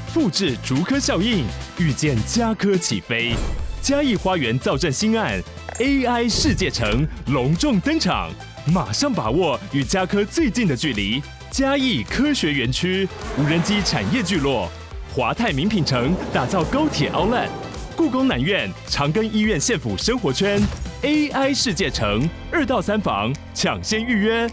复制竹科效应，预见家科起飞。嘉义花园造镇新案 AI 世界城隆重登场，马上把握与家科最近的距离。嘉义科学园区无人机产业聚落，华泰名品城打造高铁 Outlet， 故宫南院长庚医院县府生活圈 AI 世界城2到3房抢先预约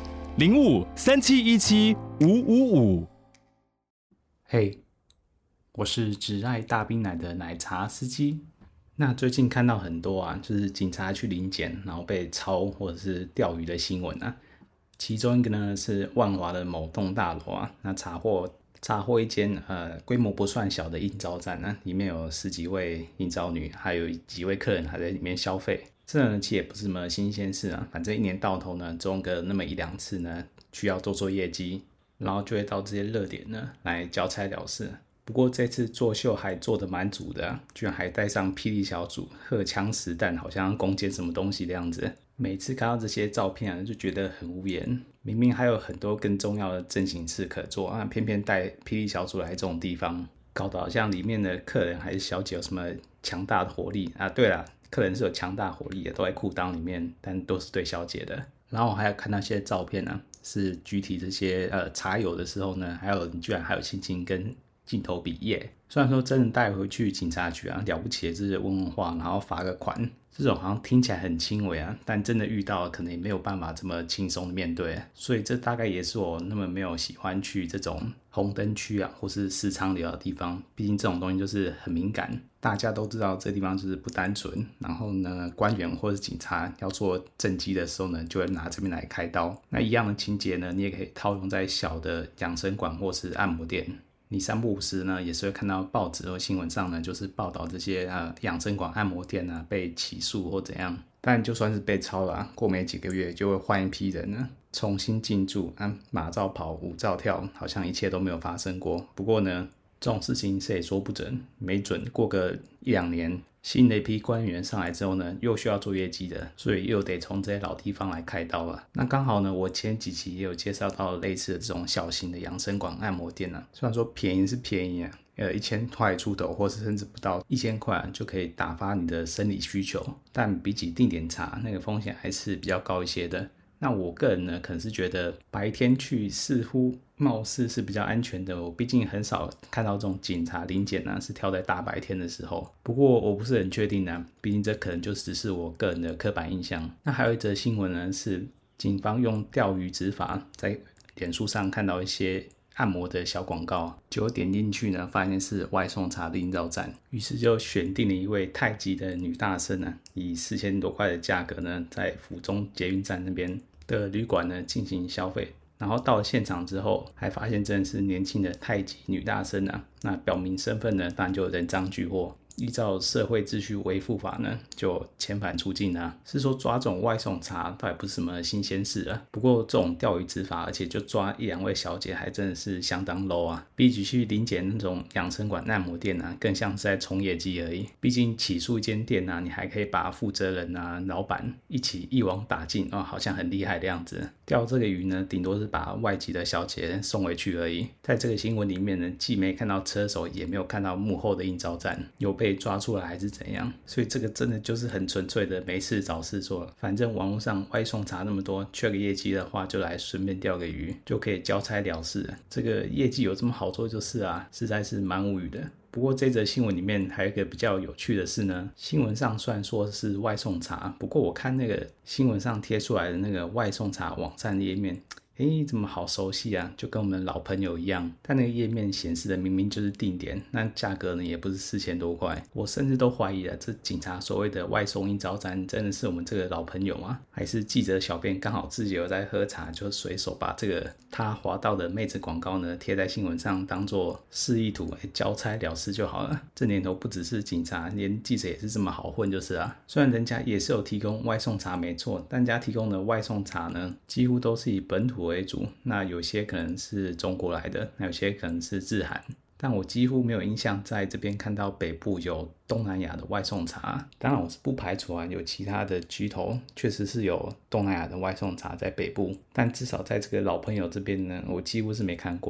0537175555。 嘿，我是只爱大冰奶的奶茶司机。那最近看到很多就是警察去临检，然后被抄或者是钓鱼的新闻啊。其中一个呢是万华的某栋大楼啊，那查获一间规模不算小的应召站呢，里面有10几位应召女，还有几位客人还在里面消费。这呢其实也不是什么新鲜事啊，反正一年到头呢，总个那么1-2次呢，需要做业绩，然后就会到这些热点呢来交差了事。不过这次作秀还做得蛮足的居然还带上霹雳小组，荷枪实弹，好像攻坚什么东西的样子。每次看到这些照片就觉得很无言，明明还有很多更重要的正形事可做偏偏带霹雳小组来这种地方，搞得好像里面的客人还是小姐有什么强大的活力对啦，客人是有强大活力的，都在裤裆里面，但都是对小姐的。然后我还有看到一些照片是具体这些茶友的时候呢，你居然还有心情跟镜头比耶。虽然说真的带回去警察局了不起的这些问话，然后罚个款，这种好像听起来很轻微但真的遇到可能也没有办法这么轻松的面对。所以这大概也是我那么没有喜欢去这种红灯区或是私娼寮的地方，毕竟这种东西就是很敏感，大家都知道这地方就是不单纯，然后呢官员或是警察要做政绩的时候呢，就会拿这边来开刀。那一样的情节呢，你也可以套用在小的养生馆或是按摩店。你3不5时呢，也是会看到报纸或新闻上呢，就是报道这些养生馆、按摩店被起诉或怎样。但就算是被抄了过没几个月就会换一批人呢，重新进驻马照跑，舞照跳，好像一切都没有发生过。不过呢，这种事情谁也说不准，没准过个1-2年，新的一批官员上来之后呢，又需要做业绩的，所以又得从这些老地方来开刀了。那刚好呢，我前几期也有介绍到类似的这种小型的养生馆、按摩店虽然说便宜是便宜1000块出头，或是甚至不到1000块就可以打发你的生理需求，但比起定点查，那个风险还是比较高一些的。那我个人呢，可能是觉得白天去似乎貌似是比较安全的，我毕竟很少看到这种警察临检是挑在大白天的时候。不过我不是很确定毕竟这可能就只是我个人的刻板印象。那还有一则新闻呢，是警方用钓鱼执法，在脸书上看到一些按摩的小广告，就点进去呢，发现是外送茶的应召站，于是就选定了一位太极的女大生以4000多块的价格呢，在府中捷运站那边的旅馆呢进行消费。然后到了现场之后，还发现真的是年轻的太极女大生那表明身份呢，当然就人赃俱获。依照社会秩序维护法呢，就遣返出境是说抓这种外送茶倒也不是什么新鲜事不过这种钓鱼执法，而且就抓1-2位小姐，还真的是相当 low比起去临检那种养生馆、按摩店更像是在冲业绩而已。毕竟起诉一间店你还可以把负责人老板一起一网打尽好像很厉害的样子。钓这个鱼呢，顶多是把外籍的小姐送回去而已。在这个新闻里面呢，既没看到车手，也没有看到幕后的应召站有被抓出来还是怎样，所以这个真的就是很纯粹的没事找事做。反正网络上外送茶那么多，缺个业绩的话就来顺便钓个鱼，就可以交差了事。这个业绩有这么好做就是实在是蛮无语的。不过这则新闻里面还有一个比较有趣的是呢，新闻上虽然说是外送茶，不过我看那个新闻上贴出来的那个外送茶网站页面，怎么好熟悉就跟我们老朋友一样。但那个页面显示的明明就是定点，那价格呢也不是4000多块。我甚至都怀疑了，这警察所谓的外送应召站真的是我们这个老朋友吗？还是记者小编刚好自己有在喝茶，就随手把这个他滑到的妹子广告呢贴在新闻上，当做示意图交差了事就好了。这年头不只是警察，连记者也是这么好混就是虽然人家也是有提供外送茶没错，但人家提供的外送茶呢几乎都是以本土为主，那有些可能是中国来的，那有些可能是日韩，但我几乎没有印象在这边看到北部有东南亚的外送茶。当然我是不排除有其他的巨头确实是有东南亚的外送茶在北部，但至少在这个老朋友这边呢，我几乎是没看过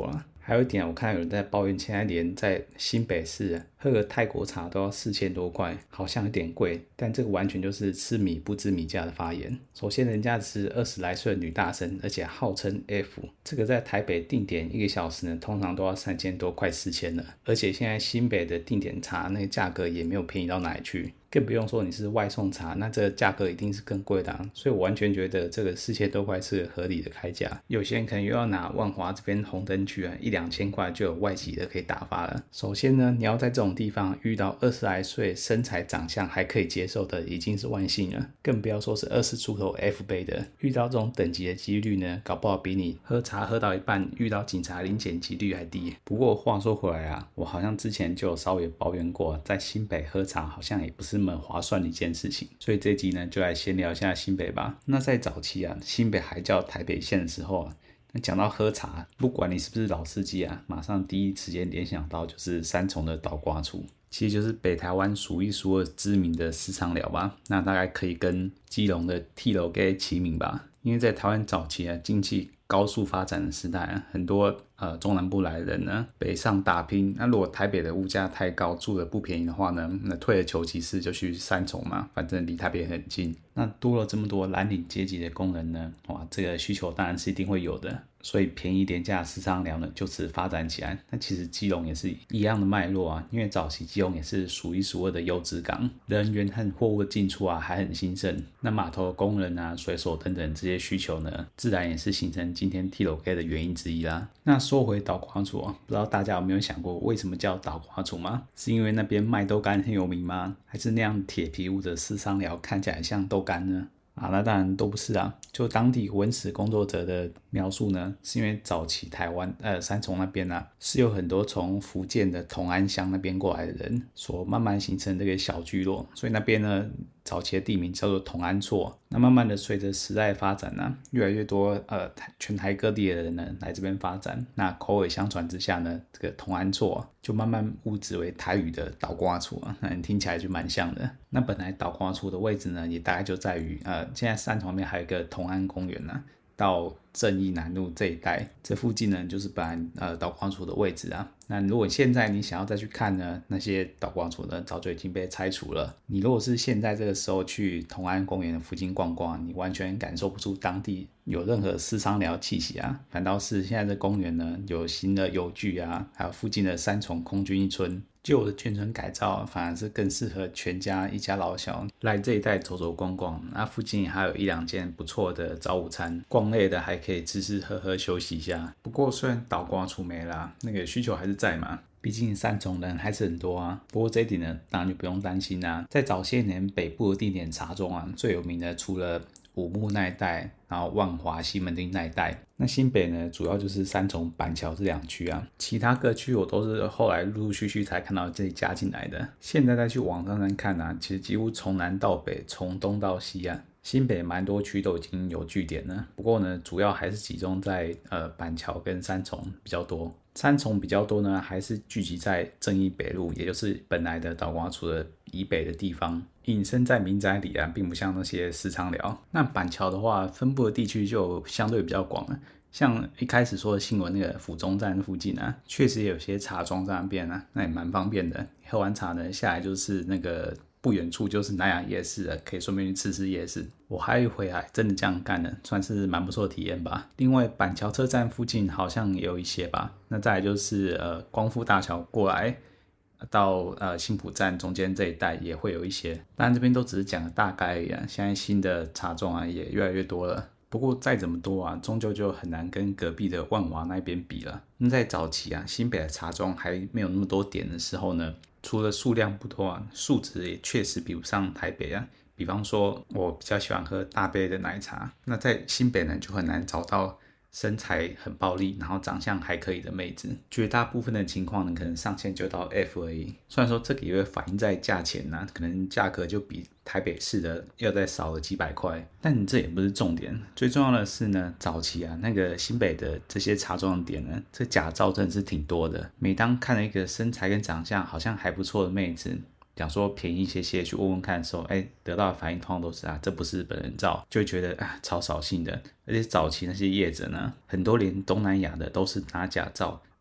还有一点，我看到有人在抱怨，现在连在新北市喝个泰国茶都要4000多块，好像有点贵，但这个完全就是吃米不知米价的发言。首先，人家只是20来岁的女大生，而且号称 F， 这个在台北定点1个小时呢，通常都要3000多，快4000了。而且现在新北的定点茶那个价格也没有便宜到哪里去。更不用说你是外送茶，那这个价格一定是更贵的所以我完全觉得这个4000多块是个合理的开价。有些人可能又要拿万华这边红灯区1-2千块就有外籍的可以打发了。首先呢，你要在这种地方遇到20来岁身材长相还可以接受的已经是万幸了，更不要说是20出头 F 杯的，遇到这种等级的几率呢，搞不好比你喝茶喝到一半遇到警察临检几率还低。不过话说回来我好像之前就有稍微抱怨过，在新北喝茶好像也不是那么划算的一件事情，所以这集呢就来闲聊一下新北吧。那在早期新北还叫台北县的时候那讲到喝茶，不管你是不是老司机马上第一时间联想到就是三重的倒瓜厝，其实就是北台湾数一数二知名的私藏寮吧。那大概可以跟基隆的剃楼街齐名吧。因为在台湾早期经济高速发展的时代很多中南部来的人呢北上打拼。那如果台北的物价太高，住的不便宜的话呢，那退而求其次就去三重嘛，反正离台北很近。那多了这么多蓝领阶级的工人呢，哇，这个需求当然是一定会有的。所以便宜廉价私商寮呢就此发展起来。那其实基隆也是一样的脉络因为早期基隆也是数一数二的优质港，人员和货物的进出还很兴盛。那码头的工人水手等等这些需求呢，自然也是形成今天 TLK 的原因之一啦。那说回倒瓜厝不知道大家有没有想过为什么叫倒瓜厝吗？是因为那边卖豆干很有名吗？还是那样铁皮屋的私商寮看起来像豆干呢？那当然都不是就当地文史工作者的描述呢，是因为早期台湾三重那边是有很多从福建的同安乡那边过来的人所慢慢形成这个小聚落，所以那边呢早期的地名叫做同安厝。那慢慢的随着时代发展越来越多全台各地的人呢来这边发展，那口耳相传之下呢，这个同安厝就慢慢误植为台语的倒瓜厝那听起来就蛮像的。那本来倒瓜厝的位置呢，也大概就在于现在三重旁边还有一个同安公园到正义南路这一带，这附近呢就是本来倒瓜厝的位置那如果现在你想要再去看呢，那些倒瓜厝呢早就已经被拆除了。你如果是现在这个时候去同安公园的附近逛逛，你完全感受不出当地有任何私商寮气息反倒是现在这公园呢有新的游具还有附近的三重空军一村旧的眷村改造，反而是更适合全家一家老小来这一带走走逛逛。那附近还有1-2间不错的早午餐，逛累的还可以吃吃喝喝休息一下。不过虽然倒瓜厝没了那个需求还是在嘛，毕竟三重人还是很多不过这一点呢当然就不用担心在早些年北部的地点茶中最有名的除了武木那一带，然后万华西门町那一带，那新北呢主要就是三重板桥这两区其他各区我都是后来陆陆续续才看到这里加进来的。现在再去网站看其实几乎从南到北，从东到西新北蛮多区都已经有据点了。不过呢主要还是集中在板桥跟三重比较多。三重比较多呢还是聚集在正义北路，也就是本来的倒瓜厝的以北的地方，隐身在民宅里并不像那些私娼寮。那板桥的话分布的地区就相对比较广了，像一开始说的新闻那个府中站附近确实也有些茶庄在那边那也蛮方便的。喝完茶呢下来就是那个不远处就是南雅夜市可以顺便去吃吃夜市。我还有一回真的这样干了，算是蛮不错的体验吧。另外板桥车站附近好像也有一些吧。那再来就是光复大桥过来到新埔站中间这一带也会有一些，当然这边都只是讲个大概而已现在新的茶庄也越来越多了。不过再怎么多终究就很难跟隔壁的万华那边比了。那在早期新北的茶庄还没有那么多点的时候呢，除了数量不多素质也确实比不上台北比方说我比较喜欢喝大杯的奶茶，那在新北呢就很难找到身材很暴力然后长相还可以的妹子，绝大部分的情况呢可能上限就到 F 而已。虽然说这个也会反映在价钱可能价格就比台北市的要再少了几百块，但这也不是重点。最重要的是呢，早期那个新北的这些茶庄店呢，这假照真的是挺多的。每当看了一个身材跟长相好像还不错的妹子，讲说便宜一些去问问看的时候得到的反应通常都是这不是本人照，就会觉得超扫兴的。而且早期那些业者呢，很多连东南亚的都是拿假照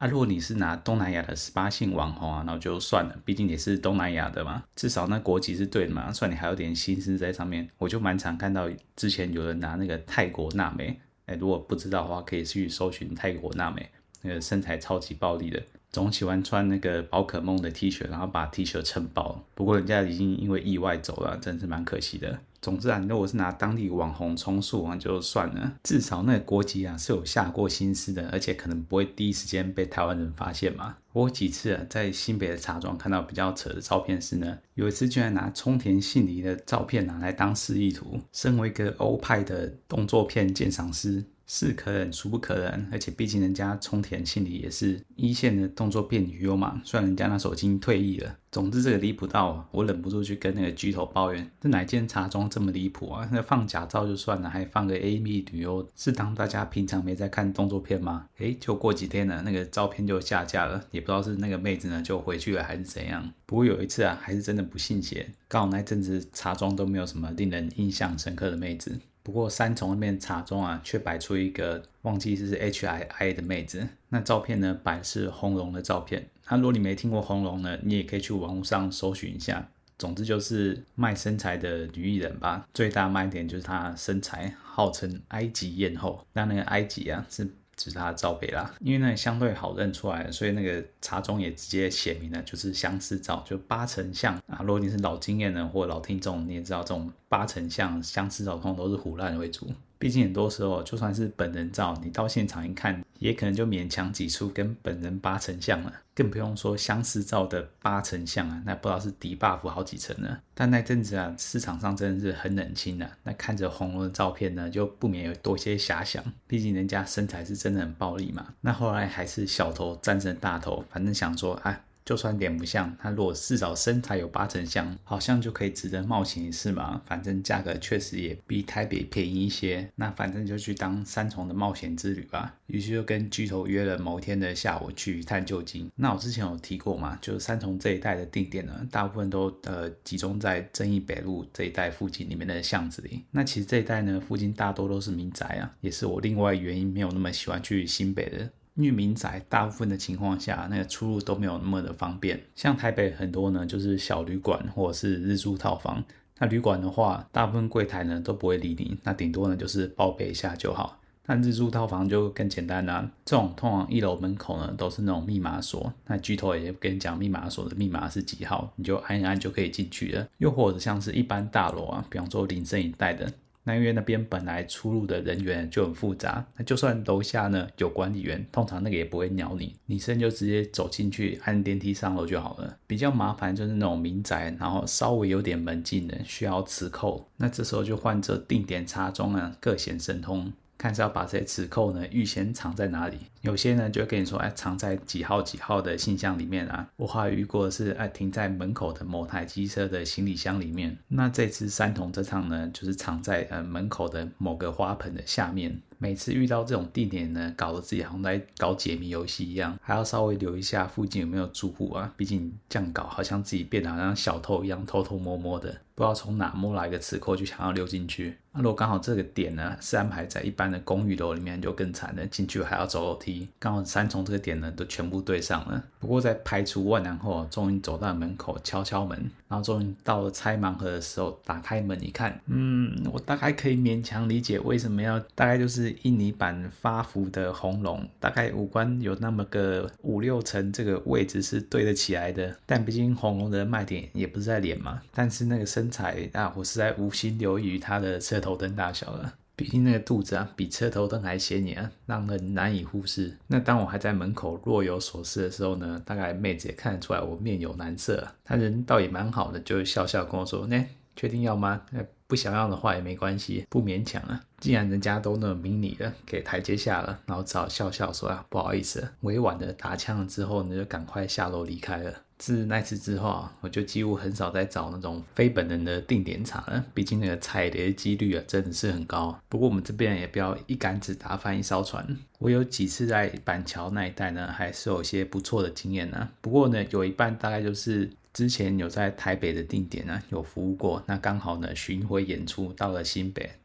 如果你是拿东南亚的18姓网红那就算了，毕竟也是东南亚的嘛，至少那国籍是对的嘛，算你还有点心思在上面。我就蛮常看到之前有人拿那个泰国娜美，如果不知道的话可以去搜寻泰国娜美，那个身材超级暴力的，总喜欢穿那个宝可梦的 T 恤，然后把 T 恤撑爆。不过人家已经因为意外走了，真是蛮可惜的。总之如果是拿当地网红充数就算了，至少那个国籍是有下过心思的，而且可能不会第一时间被台湾人发现嘛。我有几次在新北的茶庄看到比较扯的照片是呢，有一次居然拿冲田杏梨的照片来当示意图。身为一个欧派的动作片鉴赏师，是可忍孰不可忍，而且毕竟人家冲田杏梨也是一线的动作片女优嘛，虽然人家那时候已经退役了。总之这个离谱到我忍不住去跟那个居头抱怨，这哪间茶庄这么离谱啊？那放假照就算了，还放个 AV 女优，是当大家平常没在看动作片吗？就过几天了，那个照片就下架了，也不知道是那个妹子呢就回去了还是怎样。不过有一次还是真的不信邪，刚好那阵子茶庄都没有什么令人印象深刻的妹子。不过三重那边茶庄却摆出一个忘记是 HII 的妹子，那照片呢摆的是红龙的照片。如果你没听过红龙呢，你也可以去网络上搜寻一下。总之就是卖身材的女艺人吧，最大卖点就是她身材号称埃及艳后，那个埃及是指她的罩杯啦，因为那个相对好认出来，所以那个茶庄也直接写明了就是相似照，就8成像如果你是老经验人或老听众，你也知道这种8成像相似照通常都是唬烂为主，毕竟很多时候就算是本人照，你到现场一看也可能就勉强挤出跟本人8成像了，更不用说相似照的8成像那不知道是低 buff 好几层了。但那阵子市场上真的是很冷清那看着红龙的照片呢，就不免有多些遐想，毕竟人家身材是真的很暴力嘛。那后来还是小头战胜大头，反正想说就算脸不像，他如果至少身材有8成像，好像就可以值得冒险一试嘛。反正价格确实也比台北便宜一些，那反正就去当三重的冒险之旅吧。于是就跟居头约了某一天的下午去一探究竟。那我之前有提过嘛，就是三重这一带的定点呢，大部分都集中在正义北路这一带附近里面的巷子里。那其实这一带呢，附近大多都是民宅也是我另外原因没有那么喜欢去新北的。因为民宅大部分的情况下，那个出入都没有那么的方便。像台北很多呢，就是小旅馆或者是日租套房。那旅馆的话，大部分柜台呢都不会理你，那顶多呢就是报备一下就好。但日租套房就更简单这种通常1楼门口呢都是那种密码锁，那居头也跟你讲密码锁的密码是几号，你就按一按就可以进去了。又或者像是一般大楼比方说林森一带的。那因为那边本来出入的人员就很复杂，那就算楼下呢有管理员，通常那个也不会鸟你，你甚至就直接走进去按电梯上楼就好了。比较麻烦就是那种民宅，然后稍微有点门禁的需要磁扣，那这时候就换这定点茶庄各显神通，看是要把这些磁扣呢预先藏在哪里。有些呢就会跟你说藏在几号几号的信箱里面我还有遇过的是停在门口的某台机车的行李箱里面。那这次三重这趟呢就是藏在门口的某个花盆的下面。每次遇到这种地点呢，搞得自己好像在搞解谜游戏一样，还要稍微留一下附近有没有住户毕竟这样搞好像自己变得好像小偷一样，偷偷摸摸的，不知道从哪摸来一个磁扣就想要溜进去。如果刚好这个点呢是安排在一般的公寓楼里面，就更惨了，进去还要走楼梯。刚好三重这个点呢都全部对上了。不过在排除万难后终于走到门口敲敲门，然后终于到了拆盲盒的时候，打开门一看，我大概可以勉强理解为什么要大概就是印尼版发福的红龙，大概五官有那么个5-6成这个位置是对得起来的。但毕竟红龙的卖点也不是在脸嘛，但是那个身材我实在无心留意于他的车头灯大小了。毕竟那个肚子比车头灯还显眼让人难以忽视。那当我还在门口若有所思的时候呢，大概妹子也看得出来我面有难色她人倒也蛮好的，就笑笑跟我说确定要吗？不想要的话也没关系，不勉强既然人家都那么明你了，给台阶下了，然后只好笑笑说不好意思，委婉的打枪了之后呢，就赶快下楼离开了。自那次之后我就几乎很少再找那种非本人的定点茶了，毕竟那个踩雷的几率真的是很高。不过我们这边也不要一竿子打翻一艘船，我有几次在板桥那一带呢，还是有些不错的经验不过呢，有一半大概就是之前有在台北的定点有服务过，那刚好呢巡回演出到了新北，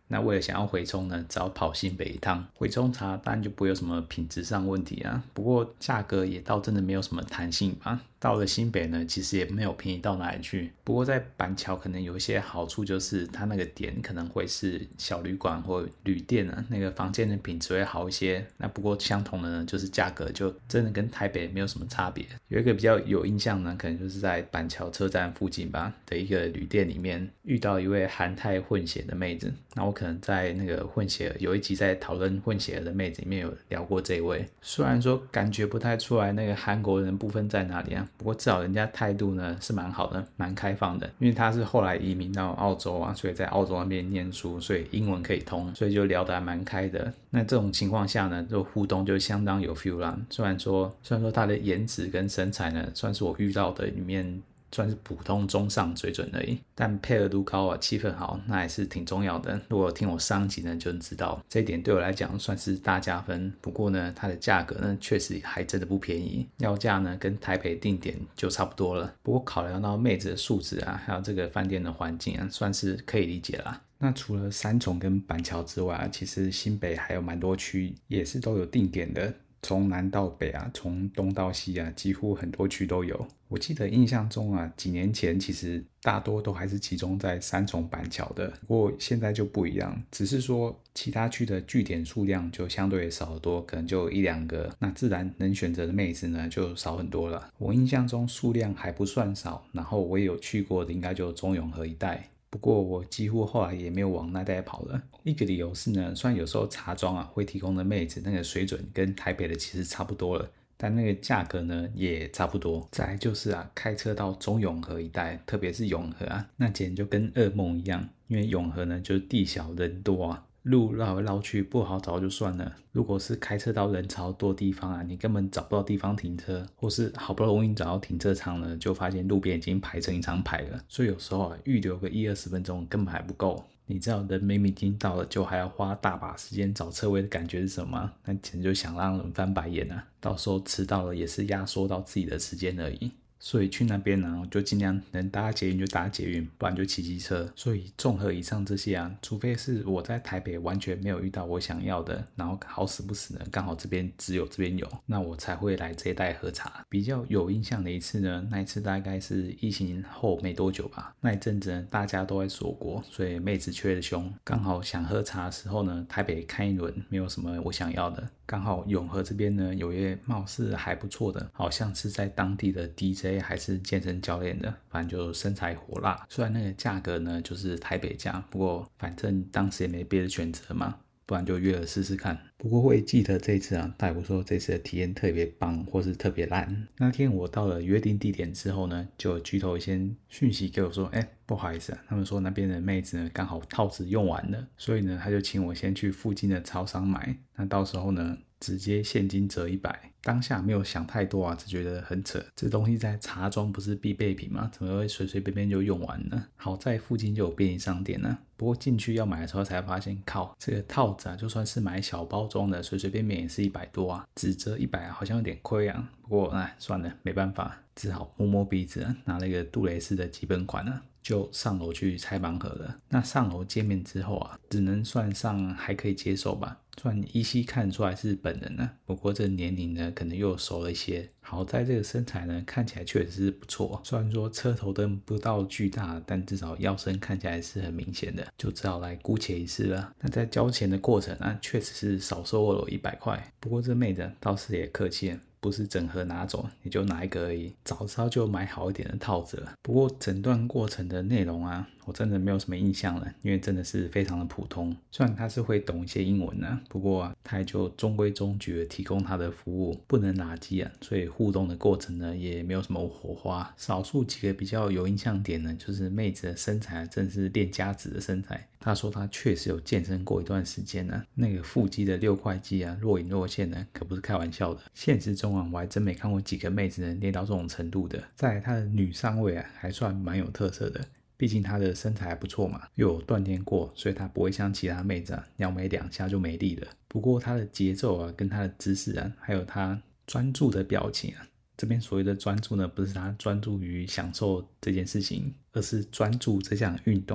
那为了想要回冲呢，只要跑新北一趟，回冲茶当然就不会有什么品质上问题啊。不过价格也倒真的没有什么弹性吧。到了新北呢，其实也没有便宜到哪里去。不过在板桥可能有一些好处，就是它那个点可能会是小旅馆或旅店啊，那个房间的品质会好一些。那不过相同的呢，就是价格就真的跟台北没有什么差别。有一个比较有印象呢，可能就是在板桥车站附近吧的一个旅店里面遇到一位韩泰混血的妹子。那我可能在那个混血有一集在讨论混血的妹子里面有聊过这一位，虽然说感觉不太出来那个韩国人的部分在哪里啊，不过至少人家态度呢是蛮好的，蛮开放的。因为他是后来移民到澳洲啊，所以在澳洲那边念书，所以英文可以通，所以就聊得还蛮开的。那这种情况下呢，就互动就相当有 feel 啦。虽然说他的颜值跟身材呢，算是我遇到的里面算是普通中上水准而已，但配合度高啊，气氛好，那还是挺重要的。如果听我上集呢，就能知道这一点对我来讲算是大加分。不过呢，它的价格呢，确实还真的不便宜，要价呢跟台北定点就差不多了。不过考量到妹子的素质啊，还有这个饭店的环境啊，算是可以理解啦。那除了三重跟板桥之外啊，其实新北还有蛮多区也是都有定点的。从南到北啊，从东到西啊，几乎很多区都有。我记得印象中啊，几年前其实大多都还是集中在三重板桥的，不过现在就不一样，只是说其他区的据点数量就相对少得多，可能就一两个，那自然能选择的妹子呢就少很多了。我印象中数量还不算少，然后我也有去过的应该就中永和一带。不过我几乎后来也没有往那带跑了，一个理由是呢，虽然有时候茶庄啊会提供的妹子那个水准跟台北的其实差不多了，但那个价格呢也差不多。再来就是啊，开车到中永和一带，特别是永和啊，那简直就跟噩梦一样，因为永和呢就是地小人多啊，路绕来绕去不好找就算了，如果是开车到人潮多地方啊，你根本找不到地方停车，或是好不容易找到停车场呢，就发现路边已经排成一长排了。所以有时候啊，预留个10-20分钟根本还不够。你知道人明明已经到了，就还要花大把时间找车位的感觉是什么吗？那简直就想让人翻白眼啊！到时候迟到了也是压缩到自己的时间而已。所以去那边呢，就尽量能搭捷运就搭捷运，不然就骑机车。所以综合以上这些啊，除非是我在台北完全没有遇到我想要的，然后好死不死呢，刚好这边只有这边有，那我才会来这一带喝茶。比较有印象的一次呢，那一次大概是疫情后没多久吧。那一阵子呢，大家都在锁国，所以妹子缺的凶，刚好想喝茶的时候呢，台北看一轮没有什么我想要的。刚好永和这边呢，有一位貌似还不错的，好像是在当地的 DJ 还是健身教练的，反正就身材火辣。虽然那个价格呢就是台北价，不过反正当时也没别的选择嘛，不然就约了试试看。不过会记得这一次啊，但也不说这次的体验特别棒或是特别烂。那天我到了约定地点之后呢，就有巨头一些讯息给我说，不好意思啊，他们说那边的妹子呢刚好套子用完了，所以呢他就请我先去附近的超商买，那到时候呢直接现金折100。当下没有想太多啊，只觉得很扯，这东西在茶庄不是必备品吗？怎么会随随便便就用完呢？好在附近就有便利商店啊，不过进去要买的时候才发现，靠，这个套子啊，就算是买小包装的，随随便便也是100多啊，只折100啊，好像有点亏啊。不过算了，没办法，只好摸摸鼻子啊，拿了一个杜蕾斯的基本款啊，就上楼去拆盲盒了。那上楼见面之后啊，只能算上还可以接受吧，虽然依稀看出来是本人啊，不过这年龄呢可能又熟了一些。好在这个身材呢看起来确实是不错，虽然说车头灯不到巨大，但至少腰身看起来是很明显的，就只好来姑且一试了。那在交钱的过程啊，确实是少收了我100块，不过这妹子倒是也客气了，不是整盒拿走，也就拿一个而已，早知道就买好一点的套子了。不过整段过程的内容啊，我真的没有什么印象了，因为真的是非常的普通。虽然他是会懂一些英文啊，不过啊，他也就中规中矩的提供他的服务，不能垃圾啊，所以互动的过程呢也没有什么火花。少数几个比较有印象点呢，就是妹子的身材真的是练家子的身材。他说他确实有健身过一段时间呢，那个腹肌的6块肌啊，若隐若现呢，可不是开玩笑的。现实中啊，我还真没看过几个妹子能练到这种程度的。再来，她的女上位啊，还算蛮有特色的。毕竟她的身材还不错嘛，又有锻炼过，所以她不会像其他妹子啊，鸟没2下就没力了。不过她的节奏啊，跟她的姿势啊，还有她专注的表情啊，这边所谓的专注呢，不是她专注于享受这件事情，而是专注这项运动。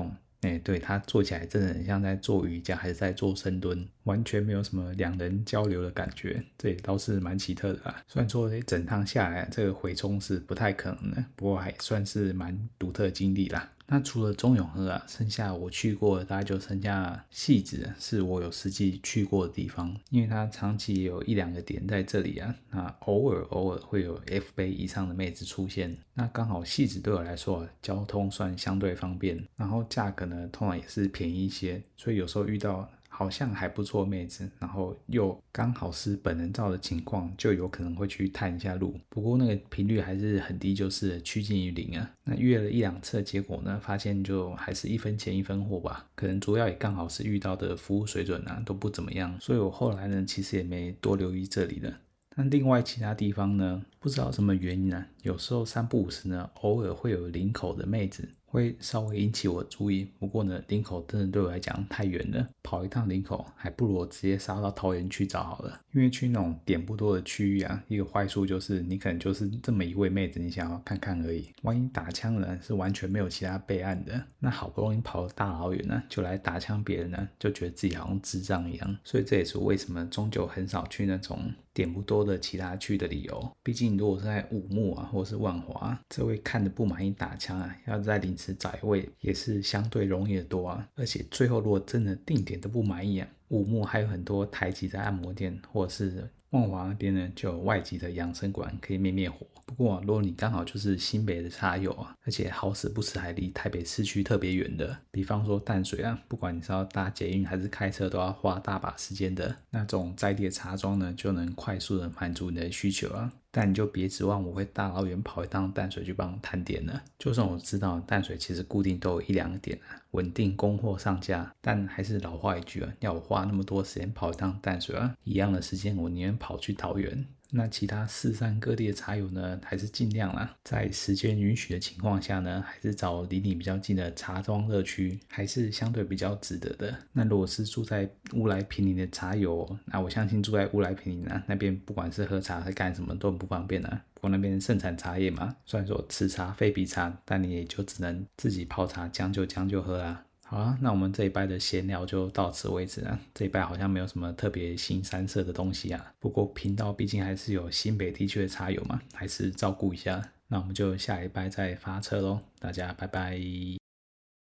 对，它做起来真的很像在做瑜伽还是在做深蹲，完全没有什么两人交流的感觉，这也倒是蛮奇特的啦。虽然说整趟下来这个回冲是不太可能的，不过还算是蛮独特的经历啦。那除了中永和啊，剩下我去过的大概就剩下汐止，是我有实际去过的地方，因为它长期有1-2个点在这里啊，那偶尔会有 F 杯以上的妹子出现，那刚好汐止对我来说交通算相对方便，然后价格呢通常也是便宜一些，所以有时候遇到好像还不错妹子，然后又刚好是本人照的情况，就有可能会去探一下路。不过那个频率还是很低，就是趋近于0啊。那约了1-2次的结果呢，发现就还是1分钱1分货吧。可能主要也刚好是遇到的服务水准啊都不怎么样，所以我后来呢其实也没多留意这里了。那另外其他地方呢，不知道什么原因啊，有时候3不5时呢，偶尔会有林口的妹子会稍微引起我注意，不过呢，林口真的对我来讲太远了，跑一趟林口还不如我直接杀到桃园去找好了。因为去那种点不多的区域啊，一个坏处就是你可能就是这么一位妹子，你想要看看而已。万一打枪人是完全没有其他备案的，那好不容易跑了大老远呢，就来打枪别人呢，就觉得自己好像智障一样。所以这也是为什么终究很少去那种点不多的其他区的理由。毕竟如果是在武木啊，或是万华，这位看的不满意打枪啊，要在临时找一位也是相对容易的多啊。而且最后如果真的定点都不满意啊，武木还有很多台籍的按摩店，或者是万华那边呢就有外籍的养生馆可以灭火。不过如果你刚好就是新北的茶友啊，而且好死不死还离台北市区特别远的，比方说淡水啊，不管你是要搭捷运还是开车都要花大把时间的那种在地的茶庄呢，就能快速的满足你的需求啊。但你就别指望我会大老远跑一趟淡水去帮你谈点了。就算我知道淡水其实固定都有1-2个点啊，稳定供货上架，但还是老话一句啊，要我花那么多时间跑一趟淡水啊，一样的时间我宁愿跑去桃园。那其他四散各地的茶友呢，还是尽量啦，在时间允许的情况下呢，还是找离你比较近的茶庄热区，还是相对比较值得的。那如果是住在乌来坪林的茶友，那我相信住在乌来坪林啊，那边不管是喝茶还是干什么都很不方便啊。不过那边盛产茶叶嘛，虽然说此茶非彼茶，但你也就只能自己泡茶将就喝啦。好啦，那我们这一拜的闲聊就到此为止啊。这一拜好像没有什么特别新三色的东西啊，不过频道毕竟还是有新北地区的茶友嘛，还是照顾一下。那我们就下一拜再发车咯，大家拜拜。